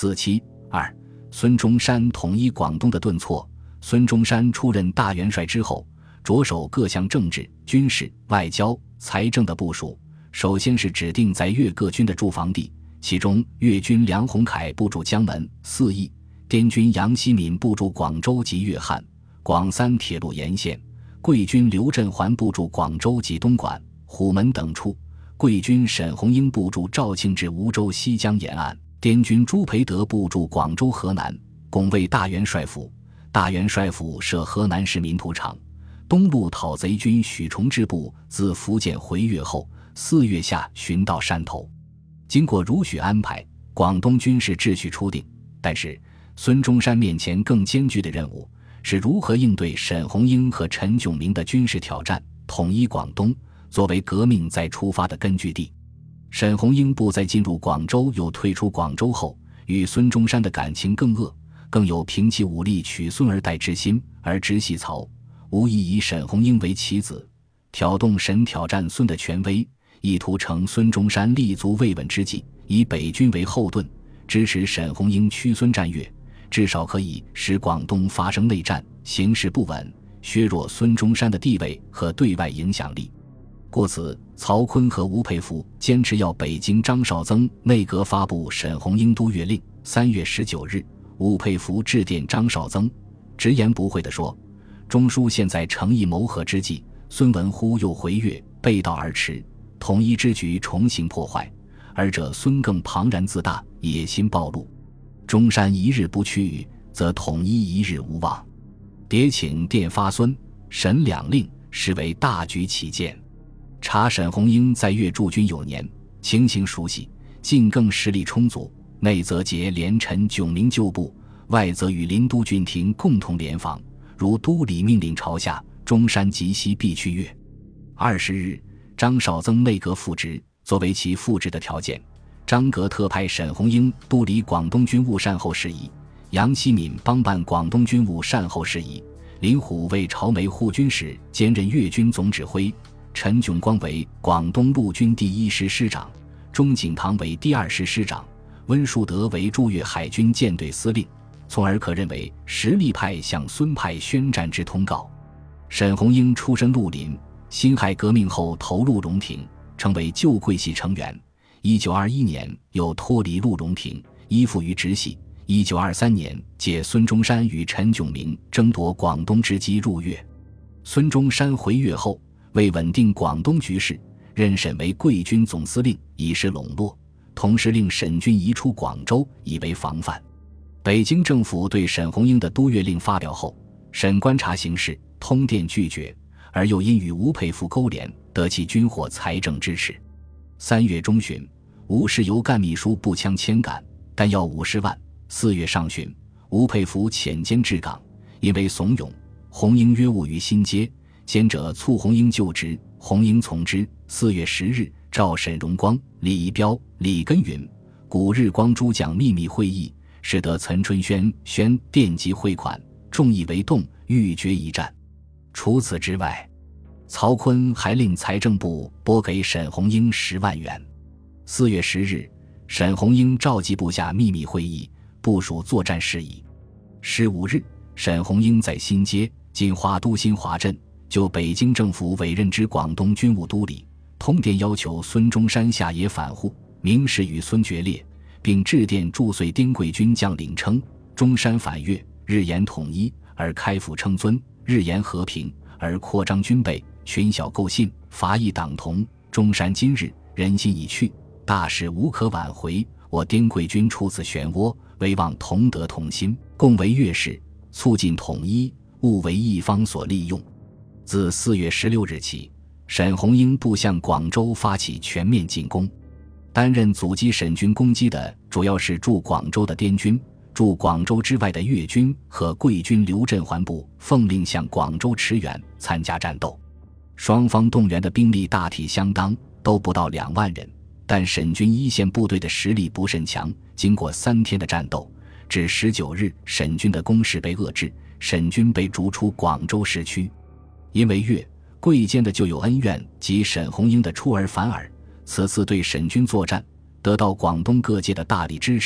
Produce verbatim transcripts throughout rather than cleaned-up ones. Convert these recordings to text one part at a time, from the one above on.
四七二，孙中山统一广东的顿挫。孙中山出任大元帅之后，着手各项政治、军事、外交、财政的部署。首先是指定在粤各军的驻防地，其中粤军梁鸿楷部驻江门、泗义，滇军杨希敏部驻广州及粤汉、广三铁路沿线，桂军刘振环部驻广州及东莞、虎门等处，桂军沈鸿英部驻肇庆至梧州西江沿岸，滇军朱培德部驻广州河南，拱卫大元帅府。大元帅府设河南市民土场。东路讨贼军许崇智部自福建回粤后，四月下旬到山头。经过如许安排，广东军事秩序初定。但是孙中山面前更艰巨的任务是如何应对沈鸿英和陈炯明的军事挑战，统一广东作为革命再出发的根据地。沈鸿英部在进入广州又退出广州后，与孙中山的感情更恶，更有平其武力取孙而代之心，而直系曹无疑以沈鸿英为棋子，挑动沈挑战孙的权威，意图乘孙中山立足未稳之际，以北军为后盾，支持沈鸿英驱孙战粤，至少可以使广东发生内战，形势不稳，削弱孙中山的地位和对外影响力。故此，曹锟和吴佩孚坚持要北京张绍曾内阁发布沈鸿英督粤令。三月十九日，吴佩孚致电张绍曾，直言不讳地说：中枢现在诚意谋和之际，孙文忽又回粤，背道而驰，统一之局重新破坏，而者孙更庞然自大，野心暴露。中山一日不去，则统一一日无望。迭请电发孙、沈两令，实为大局起见。查沈鸿英在粤驻军有年，情形熟悉，进更实力充足，内则结连陈炯明旧部，外则与林都郡廷共同联防，如都理命令朝下，中山即西必去粤。二十日，张绍曾内阁复职，作为其复职的条件，张阁特派沈鸿英督理广东军务善后事宜，杨希敏帮办广东军务善后事宜，林虎为朝梅护军使兼任粤军总指挥，陈炯光为广东陆军第一师师长，钟景堂为第二师师长，温树德为驻粤海军舰队司令，从而可认为实力派向孙派宣战之通告。沈鸿英出身绿林，辛亥革命后投入荣廷，成为旧桂系成员。一九二一年又脱离陆荣廷，依附于直系。一九二三年借孙中山与陈炯明争夺广东之机入粤。孙中山回粤后，为稳定广东局势，任沈为桂军总司令，以示笼络，同时令沈军移出广州，以为防范。北京政府对沈鸿英的督粤令发表后，沈观察形势，通电拒绝，而又因与吴佩孚勾连，得其军火财政支持。三月中旬，吴是由干秘书步枪牵赶，但要五十万。四月上旬，吴佩孚遣监至港，因为怂恿，鸿英约晤于新街，监者促鸿英就职，鸿英从之。四月十日，召沈荣光、李仪彪、李根云、古日光诸将秘密会议，使得岑春轩宣电集汇款，众议为动，欲决一战。除此之外，曹锟还令财政部拨给沈鸿英十万元。四月十日，沈鸿英召集部下秘密会议，部署作战事宜。十五日，沈鸿英在新街今华都新华镇就北京政府委任之广东军务督理，通电要求孙中山下野反沪，明示与孙决裂，并致电祝岁滇桂军将领称：中山反粤，日言统一而开府称尊，日言和平而扩张军备，群小构信，伐异党同。中山今日人心已去，大事无可挽回，我滇桂军出此漩涡，唯望同德同心，共为粤事，促进统一，勿为一方所利用。自四月十六日起，沈鸿英部向广州发起全面进攻。担任阻击沈军攻击的主要是驻广州的滇军，驻广州之外的粤军和桂军刘振环部奉令向广州驰援参加战斗。双方动员的兵力大体相当，都不到两万人，但沈军一线部队的实力不甚强，经过三天的战斗，至十九日沈军的攻势被遏制，沈军被逐出广州市区。因为粤桂间的旧有恩怨及沈鸿英的出尔反尔，此次对沈军作战得到广东各界的大力支持，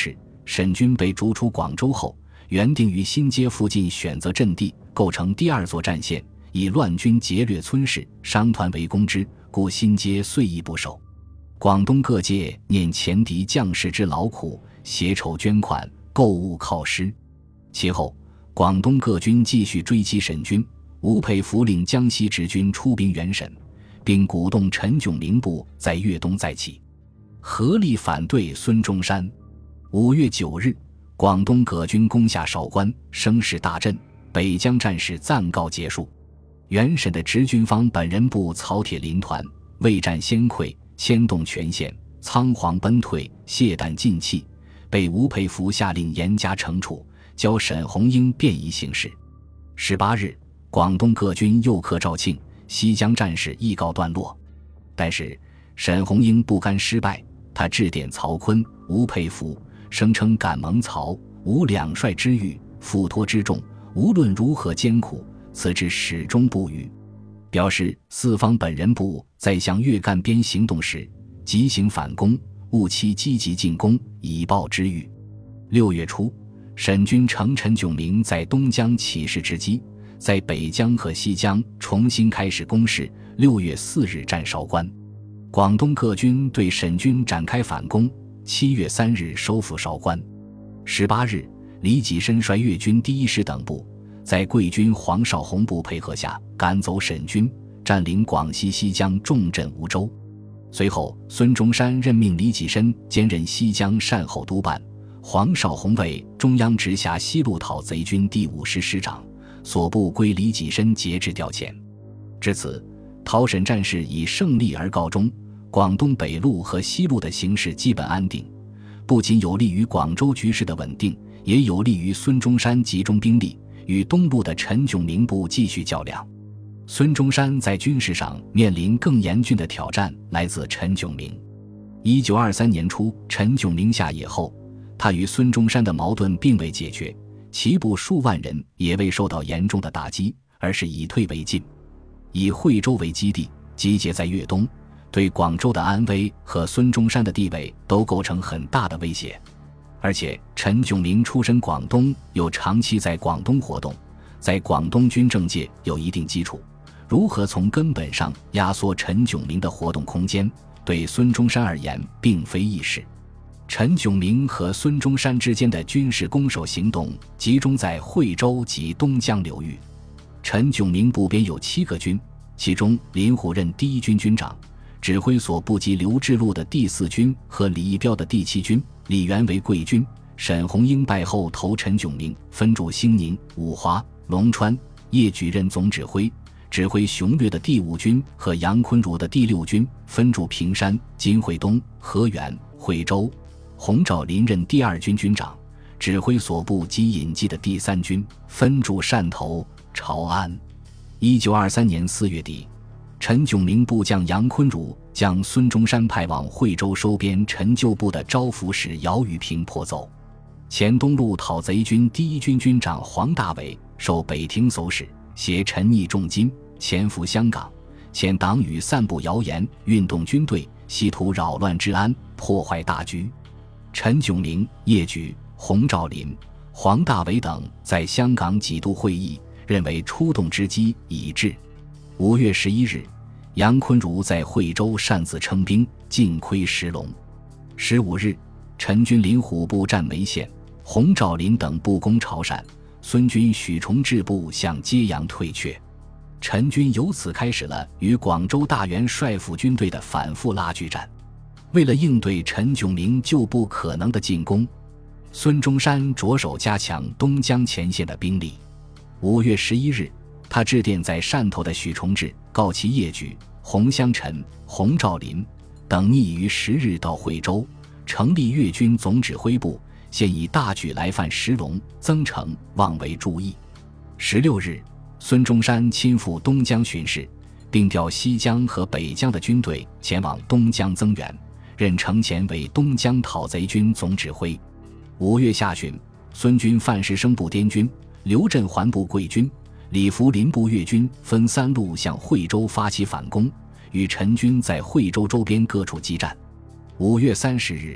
沈军被逐出广州后，原定于新街附近选择阵地，构成第二座战线，以乱军劫掠村市，商团围攻之，故新街遂亦不守。广东各界念前敌将士之劳苦，携筹捐款，购物犒师。其后广东各军继续追击沈军，吴佩孚领江西直军出兵援沈，并鼓动陈炯明部在粤东再起，合力反对孙中山。五月九日，广东各军攻下韶关，声势大振，北江战事暂告结束。原沈的直军方本人部曹铁林团未战先溃，牵动全线，仓皇奔退，懈怠尽弃，被吴佩孚下令严加惩处，交沈鸿英便宜行事。十八日，广东各军又克肇庆，西江战事亦告段落。但是沈鸿英不甘失败，他致电曹锟、吴佩孚，声称感蒙曹吴两帅之遇，付托之重，无论如何艰苦，此志始终不渝，表示四方本人部在向粤赣边行动时急行反攻，务期积极进攻，以报之遇。六月初，沈军乘陈炯明在东江起事之机，在北江和西江重新开始攻势。六月四日战韶关，广东各军对沈军展开反攻。七月三日收复韶关。十八日，李济深率粤军第一师等部，在桂军黄绍竑部配合下赶走沈军，占领广西西江重镇梧州。随后孙中山任命李济深兼任西江善后督办，黄绍竑为中央直辖西路讨贼军第五师师长，所部归李济深节制调遣。至此，讨沈战事以胜利而告终，广东北路和西路的形势基本安定，不仅有利于广州局势的稳定，也有利于孙中山集中兵力与东路的陈炯明部继续较量。孙中山在军事上面临更严峻的挑战，来自陈炯明。一九二三年初，陈炯明下野后，他与孙中山的矛盾并未解决，其部数万人也未受到严重的打击，而是以退为进，以惠州为基地集结在粤东，对广州的安危和孙中山的地位都构成很大的威胁。而且陈炯明出身广东，又长期在广东活动，在广东军政界有一定基础，如何从根本上压缩陈炯明的活动空间，对孙中山而言并非易事。陈炯明和孙中山之间的军事攻守行动集中在惠州及东江流域。陈炯明部编有七个军，其中林虎任第一军军长，指挥所部及刘志禄的第四军和李义标的第七军，李元为桂军。沈鸿英败后投陈炯明，分驻兴宁、五华、龙川，叶举任总指挥，指挥雄略的第五军和杨坤如的第六军，分驻平山、金惠东、河源、惠州。洪兆麟任第二军军长，指挥所部及隐迹的第三军，分驻汕头、潮安。一九二三年四月底，陈炯明部将杨坤如将孙中山派往惠州收编陈旧部的招抚使姚雨平迫走。前东路讨贼军第一军军长黄大炜受北庭搜使，携陈毅重金潜伏香港，遣党羽散布谣言，运动军队，企图扰乱治安，破坏大局。陈炯明、叶举、洪兆麟、黄大炜等在香港几度会议，认为出动之机已至。五月十一日，杨坤如在惠州擅自称兵，尽窥石龙。十五日，陈军林虎部占梅县，洪兆麟等部攻潮汕，孙军许崇智部向揭阳退却。陈军由此开始了与广州大元帅府军队的反复拉锯战。为了应对陈炯明旧部可能的进攻，孙中山着手加强东江前线的兵力。五月十一日，他致电在汕头的许崇智，告其叶举、洪湘臣、洪兆麟等拟于十日到惠州，成立粤军总指挥部，现以大举来犯石龙、增城、望为注意。十六日，孙中山亲赴东江巡视，并调西江和北江的军队前往东江增援，任程潜为东江讨贼军总指挥。五月下旬，孙军范石生部滇军、刘振环部桂军、李福林部粤军分三路向惠州发起反攻，与陈军在惠州周边各处激战。五月三十日，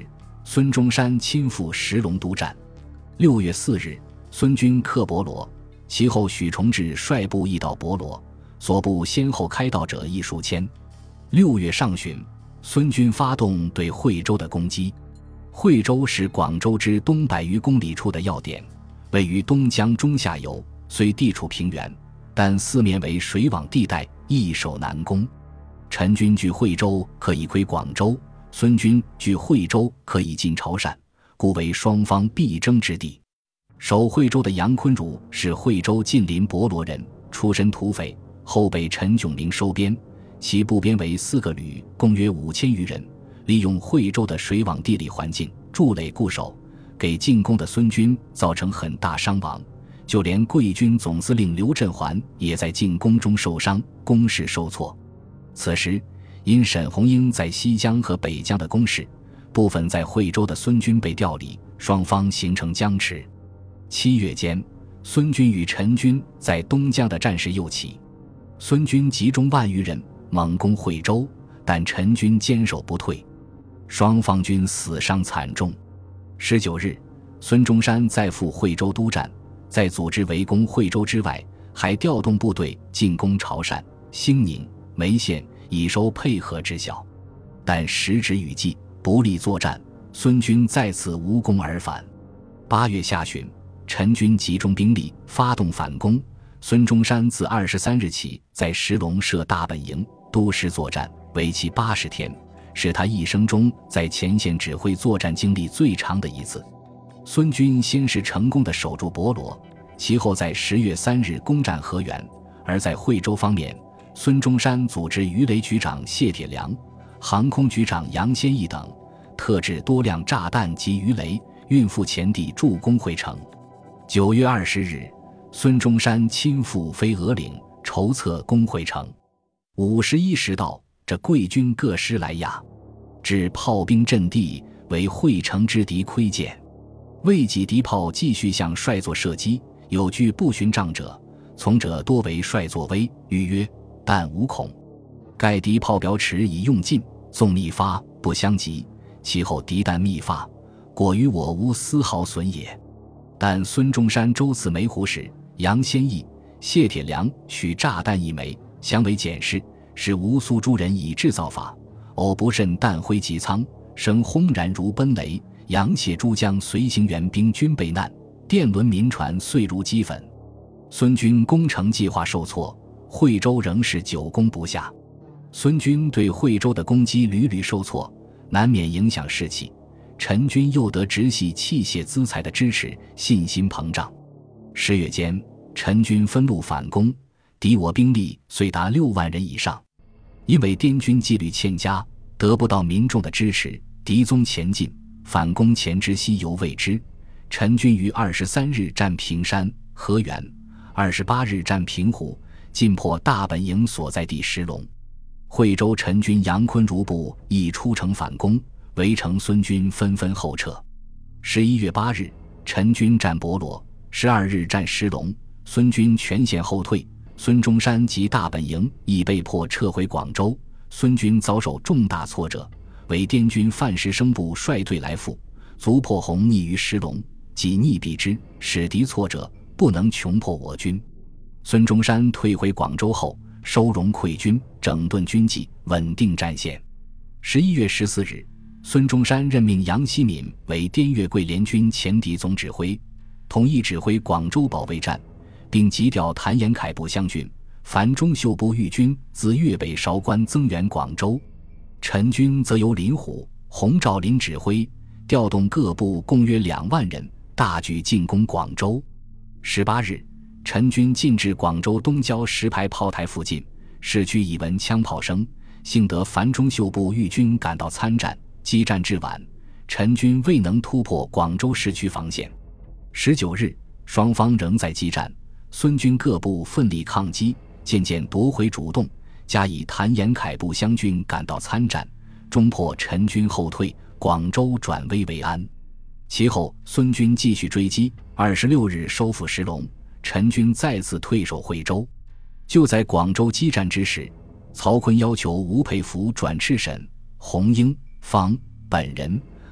孙中山亲赴石龙督战。六月四日，孙军克博罗，其后许崇智率部亦到博罗，所部先后开道者亦数千。六月上旬，孙军发动对惠州的攻击。惠州是广州之东百余公里处的要点，位于东江中下游，虽地处平原，但四面为水网地带，易守难攻。陈军据惠州可以窥广州，孙军据惠州可以进潮汕，故为双方必争之地。守惠州的杨坤儒是惠州近邻博罗人，出身土匪，后被陈炯明收编，其部编为四个旅，共约五千余人，利用惠州的水网地理环境，筑垒固守，给进攻的孙军造成很大伤亡，就连桂军总司令刘振环也在进攻中受伤，攻势受挫。此时因沈鸿英在西江和北江的攻势，部分在惠州的孙军被调离，双方形成僵持。七月间，孙军与陈军在东江的战事又起，孙军集中万余人猛攻惠州，但陈军坚守不退，双方军死伤惨重。十九日，孙中山再赴惠州督战，在组织围攻惠州之外，还调动部队进攻潮汕、兴宁、梅县，以收配合之效。但时值雨季，不利作战，孙军再次无功而返。八月下旬，陈军集中兵力发动反攻，孙中山自二十三日起在石龙设大本营，督师作战，为期八十天，是他一生中在前线指挥作战经历最长的一次。孙军先是成功地守住博罗，其后在十月三日攻占河源。而在惠州方面，孙中山组织鱼雷局长谢铁良、航空局长杨先义等，特制多辆炸弹及鱼雷，运赴前地助攻惠城。九月二十日，孙中山亲赴飞鹅岭，筹策攻惠城。五十一时到，这贵军各师来压，至炮兵阵地，为惠城之敌窥见。未几敌炮继续向帅座射击，有据不寻仗者，从者多为帅座威，欲曰但无恐。盖敌炮表尺已用尽，纵密发不相及，其后敌弹密发，果于我无丝毫损也。但孙中山周刺梅湖时，杨先义、谢铁良取炸弹一枚，详为检视，是吴苏诸人以制造法，偶不慎弹灰及仓，声轰然如奔雷，杨谢诸将随行援兵均被难，电轮民船碎如齑粉。孙军攻城计划受挫，惠州仍是久攻不下。孙军对惠州的攻击屡屡受挫，难免影响士气。陈军又得直系器械资财的支持，信心膨胀。十月间，陈军分路反攻，敌我兵力虽达六万人以上，因为滇军纪律欠佳，得不到民众的支持，敌踪前进，反攻前之西犹未知。陈军于二十三日占平山、河源，二十八日占平湖，进破大本营所在地石龙。惠州陈军杨坤如部亦出城反攻，围城孙军纷纷后撤。十一月八日，陈军占博罗，十二日占石龙，孙军全线后退，孙中山及大本营亦被迫撤回广州，孙军遭受重大挫折，为滇军范石生部率队来赴，卒破红逆于石龙，即逆避之，使敌挫折，不能穷破我军。孙中山退回广州后，收容溃军，整顿军纪，稳定战线。十一月十四日，孙中山任命杨希敏为滇越桂联军前敌总指挥，统一指挥广州保卫战，并急调谭延闿部将军、樊中秀部豫军自粤北韶关增援广州。陈军则由林虎、洪兆麟指挥，调动各部共约两万人，大举进攻广州。十八日，陈军进至广州东郊石牌炮台附近，市区已闻枪炮声，幸得樊中秀部豫军赶到参战，激战至晚，陈军未能突破广州市区防线。十九日，双方仍在激战，孙军各部奋力抗击，渐渐夺回主动，加以谭延闿部湘军赶到参战，终破陈军后退，广州转危为安。其后孙军继续追击，二十六日收复石龙，陈军再次退守惠州。就在广州激战之时，曹锟要求吴佩孚转赤沈、洪英、方本人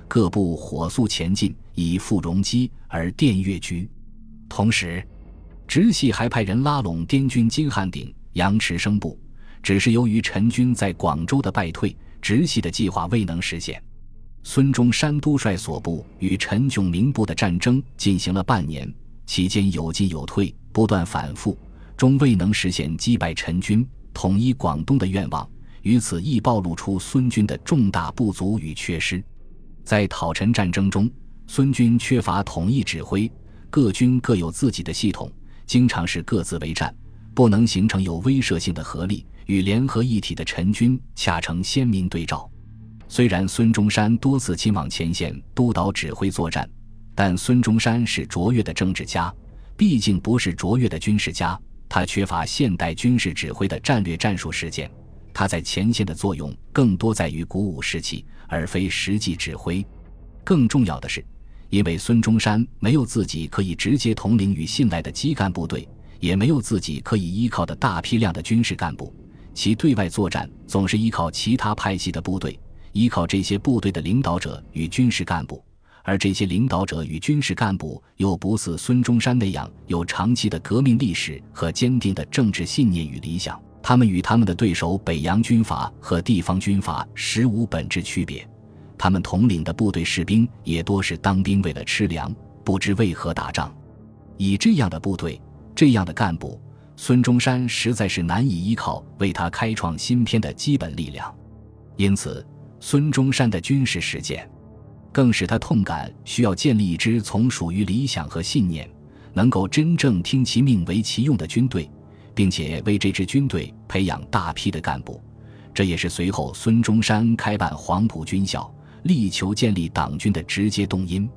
各部火速前进，以赴戎机而电越局。同时，直系还派人拉拢滇军金汉鼎、杨池生部，只是由于陈军在广州的败退，直系的计划未能实现。孙中山督率所部与陈炯明部的战争进行了半年，期间有进有退，不断反复，终未能实现击败陈军、统一广东的愿望。于此亦暴露出孙军的重大不足与缺失。在讨陈战争中，孙军缺乏统一指挥，各军各有自己的系统，经常是各自为战，不能形成有威慑性的合力，与联合一体的陈军恰成鲜明对照。虽然孙中山多次亲往前线督导指挥作战，但孙中山是卓越的政治家，毕竟不是卓越的军事家，他缺乏现代军事指挥的战略战术实践，他在前线的作用更多在于鼓舞士气，而非实际指挥。更重要的是，因为孙中山没有自己可以直接统领与信赖的基干部队，也没有自己可以依靠的大批量的军事干部，其对外作战总是依靠其他派系的部队，依靠这些部队的领导者与军事干部，而这些领导者与军事干部又不似孙中山那样有长期的革命历史和坚定的政治信念与理想，他们与他们的对手北洋军阀和地方军阀实无本质区别。他们统领的部队士兵也多是当兵为了吃粮，不知为何打仗。以这样的部队，这样的干部，孙中山实在是难以依靠为他开创新篇的基本力量。因此，孙中山的军事实践更使他痛感需要建立一支从属于理想和信念，能够真正听其命为其用的军队，并且为这支军队培养大批的干部。这也是随后孙中山开办黄埔军校，力求建立党军的直接动因。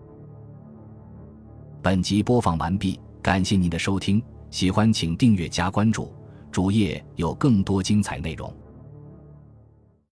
本集播放完毕，感谢您的收听，喜欢请订阅加关注，主页有更多精彩内容。